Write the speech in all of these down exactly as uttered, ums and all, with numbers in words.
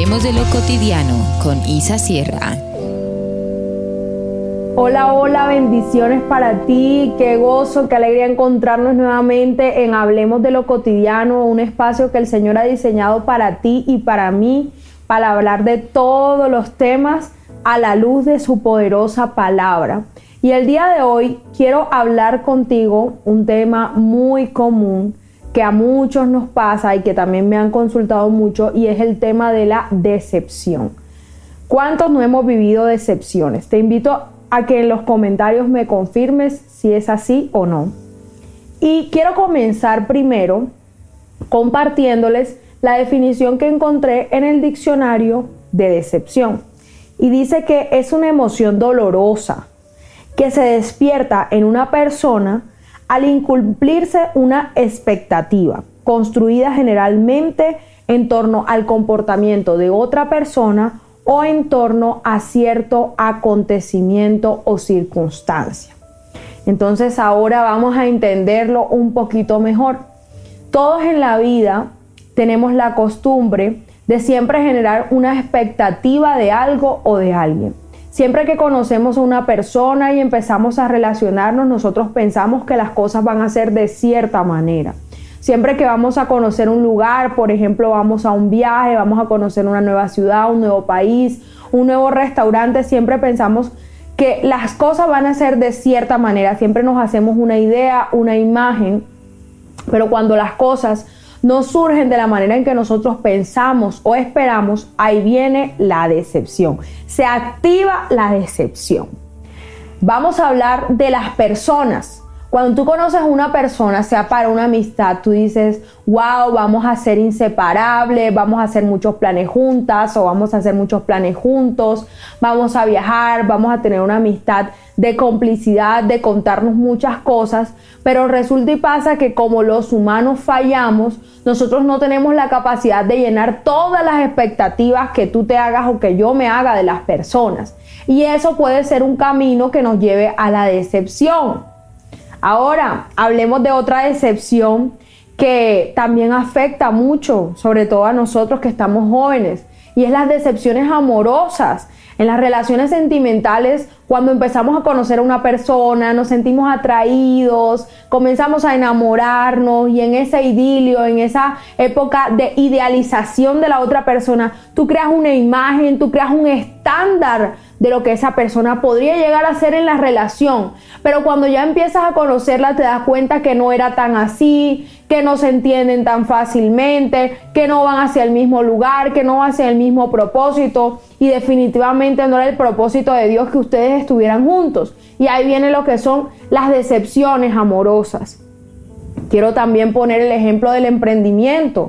Hablemos de lo cotidiano con Isa Sierra. Hola, hola, bendiciones para ti, qué gozo, qué alegría encontrarnos nuevamente en Hablemos de lo cotidiano, un espacio que el Señor ha diseñado para ti y para mí, para hablar de todos los temas a la luz de su poderosa palabra. Y el día de hoy quiero hablar contigo un tema muy común que a muchos nos pasa y que también me han consultado mucho, y es el tema de la decepción. ¿Cuántos no hemos vivido decepciones? Te invito a que en los comentarios me confirmes si es así o no. Y quiero comenzar primero compartiéndoles la definición que encontré en el diccionario de decepción. Y dice que es una emoción dolorosa que se despierta en una persona al incumplirse una expectativa, construida generalmente en torno al comportamiento de otra persona o en torno a cierto acontecimiento o circunstancia. Entonces ahora vamos a entenderlo un poquito mejor. Todos en la vida tenemos la costumbre de siempre generar una expectativa de algo o de alguien. Siempre que conocemos a una persona y empezamos a relacionarnos, nosotros pensamos que las cosas van a ser de cierta manera. Siempre que vamos a conocer un lugar, por ejemplo, vamos a un viaje, vamos a conocer una nueva ciudad, un nuevo país, un nuevo restaurante, siempre pensamos que las cosas van a ser de cierta manera. Siempre nos hacemos una idea, una imagen, pero cuando las cosas no surgen de la manera en que nosotros pensamos o esperamos, ahí viene la decepción. Se activa la decepción. Vamos a hablar de las personas. Cuando tú conoces a una persona, sea para una amistad, tú dices, wow, vamos a ser inseparables, vamos a hacer muchos planes juntas o vamos a hacer muchos planes juntos, vamos a viajar, vamos a tener una amistad de complicidad, de contarnos muchas cosas, pero resulta y pasa que como los humanos fallamos, nosotros no tenemos la capacidad de llenar todas las expectativas que tú te hagas o que yo me haga de las personas. Y eso puede ser un camino que nos lleve a la decepción. Ahora, hablemos de otra decepción que también afecta mucho, sobre todo a nosotros que estamos jóvenes, y es las decepciones amorosas. En las relaciones sentimentales, cuando empezamos a conocer a una persona, nos sentimos atraídos, comenzamos a enamorarnos, y en ese idilio, en esa época de idealización de la otra persona, tú creas una imagen, tú creas un estándar de lo que esa persona podría llegar a ser en la relación. Pero cuando ya empiezas a conocerla, te das cuenta que no era tan así, que no se entienden tan fácilmente, que no van hacia el mismo lugar, que no van hacia el mismo propósito, y definitivamente no era el propósito de Dios que ustedes estuvieran juntos. Y ahí viene lo que son las decepciones amorosas. Quiero también poner el ejemplo del emprendimiento.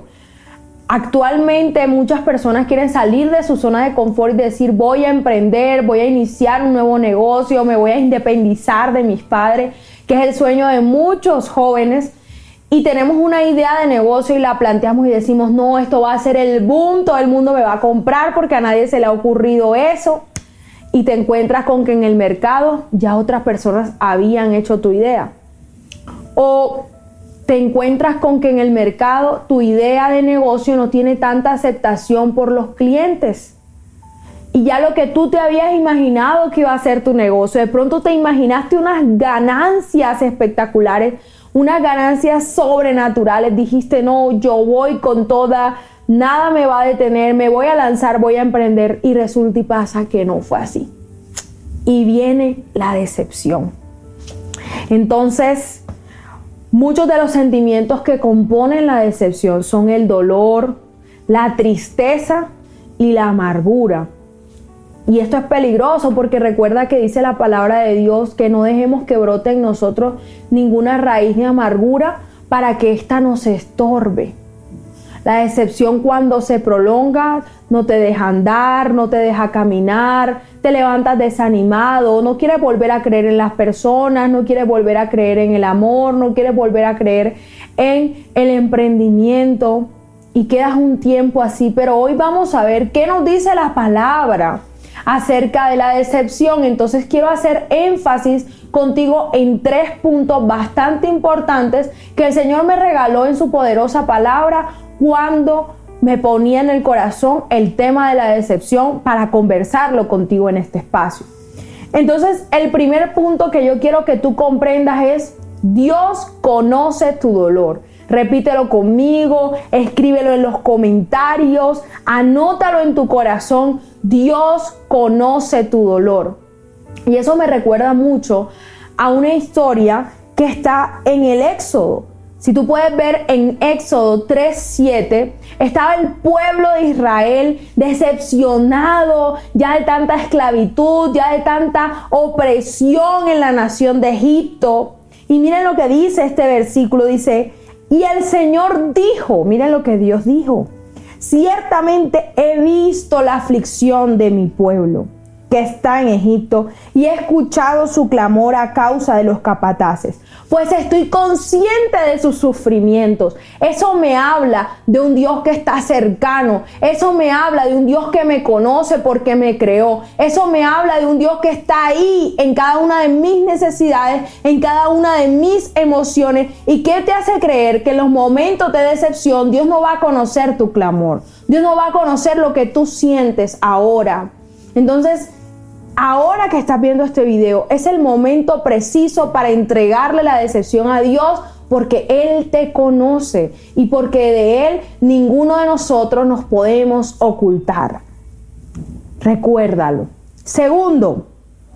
Actualmente muchas personas quieren salir de su zona de confort y decir, voy a emprender, voy a iniciar un nuevo negocio, me voy a independizar de mis padres, que es el sueño de muchos jóvenes. Y tenemos una idea de negocio y la planteamos y decimos, no, esto va a ser el boom, todo el mundo me va a comprar porque a nadie se le ha ocurrido eso. Y te encuentras con que en el mercado ya otras personas habían hecho tu idea. O te encuentras con que en el mercado tu idea de negocio no tiene tanta aceptación por los clientes. Y ya lo que tú te habías imaginado que iba a ser tu negocio, de pronto te imaginaste unas ganancias espectaculares, unas ganancias sobrenaturales. Dijiste, no, yo voy con toda, nada me va a detener, me voy a lanzar, voy a emprender. Y resulta y pasa que no fue así. Y viene la decepción. Entonces, muchos de los sentimientos que componen la decepción son el dolor, la tristeza y la amargura. Y esto es peligroso porque recuerda que dice la palabra de Dios que no dejemos que brote en nosotros ninguna raíz de amargura para que ésta nos estorbe. La decepción, cuando se prolonga, no te deja andar, no te deja caminar, te levantas desanimado, no quieres volver a creer en las personas, no quieres volver a creer en el amor, no quieres volver a creer en el emprendimiento, y quedas un tiempo así. Pero hoy vamos a ver qué nos dice la palabra acerca de la decepción. Entonces quiero hacer énfasis contigo en tres puntos bastante importantes que el Señor me regaló en su poderosa palabra cuando me ponía en el corazón el tema de la decepción para conversarlo contigo en este espacio. Entonces, el primer punto que yo quiero que tú comprendas es: Dios conoce tu dolor. Repítelo conmigo, escríbelo en los comentarios, anótalo en tu corazón. Dios conoce tu dolor. Y eso me recuerda mucho a una historia que está en el Éxodo. Si tú puedes ver en Éxodo tres siete, estaba el pueblo de Israel decepcionado ya de tanta esclavitud, ya de tanta opresión en la nación de Egipto. Y miren lo que dice este versículo, dice: y el Señor dijo, miren lo que Dios dijo: ciertamente he visto la aflicción de mi pueblo que está en Egipto y he escuchado su clamor a causa de los capataces, pues estoy consciente de sus sufrimientos. Eso me habla de un Dios que está cercano. Eso me habla de un Dios que me conoce porque me creó. Eso me habla de un Dios que está ahí en cada una de mis necesidades, en cada una de mis emociones. ¿Y qué te hace creer que en los momentos de decepción Dios no va a conocer tu clamor? Dios no va a conocer lo que tú sientes ahora. Entonces, ahora que estás viendo este video, es el momento preciso para entregarle la decepción a Dios, porque Él te conoce y porque de Él ninguno de nosotros nos podemos ocultar. Recuérdalo. Segundo,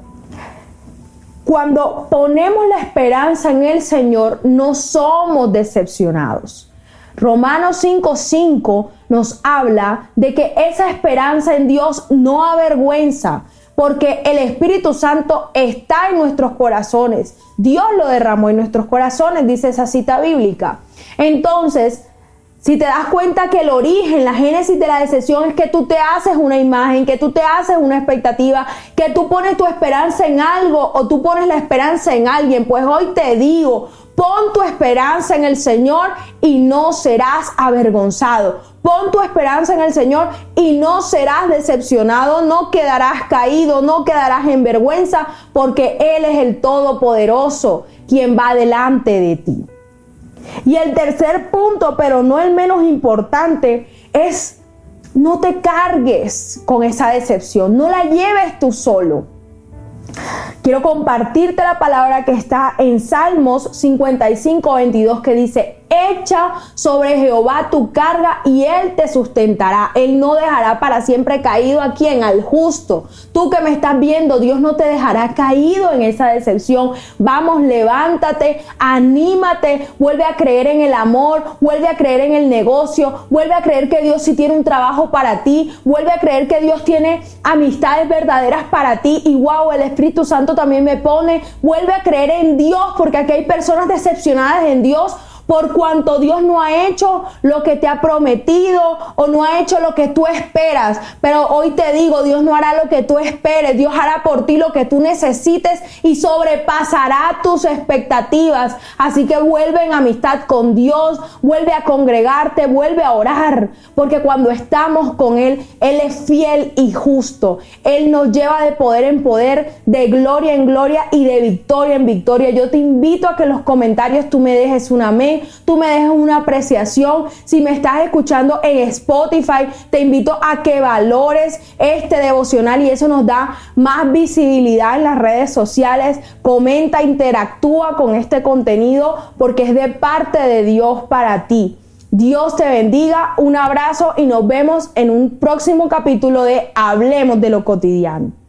cuando ponemos la esperanza en el Señor, no somos decepcionados. Romanos cinco cinco nos habla de que esa esperanza en Dios no avergüenza, porque el Espíritu Santo está en nuestros corazones. Dios lo derramó en nuestros corazones, dice esa cita bíblica. Entonces, si te das cuenta que el origen, la génesis de la decepción es que tú te haces una imagen, que tú te haces una expectativa, que tú pones tu esperanza en algo o tú pones la esperanza en alguien, pues hoy te digo: pon tu esperanza en el Señor y no serás avergonzado. Pon tu esperanza en el Señor y no serás decepcionado, no quedarás caído, no quedarás en vergüenza, porque Él es el Todopoderoso, quien va delante de ti. Y el tercer punto, pero no el menos importante, es: no te cargues con esa decepción, no la lleves tú solo. Quiero compartirte la palabra que está en Salmos cincuenta y cinco veintidós, que dice: echa sobre Jehová tu carga y Él te sustentará. Él no dejará para siempre caído a quien, al justo. Tú que me estás viendo, Dios no te dejará caído en esa decepción. Vamos, levántate, anímate, vuelve a creer en el amor, vuelve a creer en el negocio, vuelve a creer que Dios sí tiene un trabajo para ti, vuelve a creer que Dios tiene amistades verdaderas para ti. Y wow, el Espíritu Santo también me pone: vuelve a creer en Dios, porque aquí hay personas decepcionadas en Dios por cuanto Dios no ha hecho lo que te ha prometido o no ha hecho lo que tú esperas. Pero hoy te digo, Dios no hará lo que tú esperes. Dios hará por ti lo que tú necesites y sobrepasará tus expectativas. Así que vuelve en amistad con Dios, vuelve a congregarte, vuelve a orar, porque cuando estamos con Él, Él es fiel y justo. Él nos lleva de poder en poder, de gloria en gloria y de victoria en victoria. Yo te invito a que en los comentarios tú me dejes un amén, tú me dejes una apreciación. Si me estás escuchando en Spotify, te invito a que valores este devocional y eso nos da más visibilidad en las redes sociales. Comenta, interactúa con este contenido porque es de parte de Dios para ti. Dios te bendiga, un abrazo y nos vemos en un próximo capítulo de Hablemos de lo Cotidiano.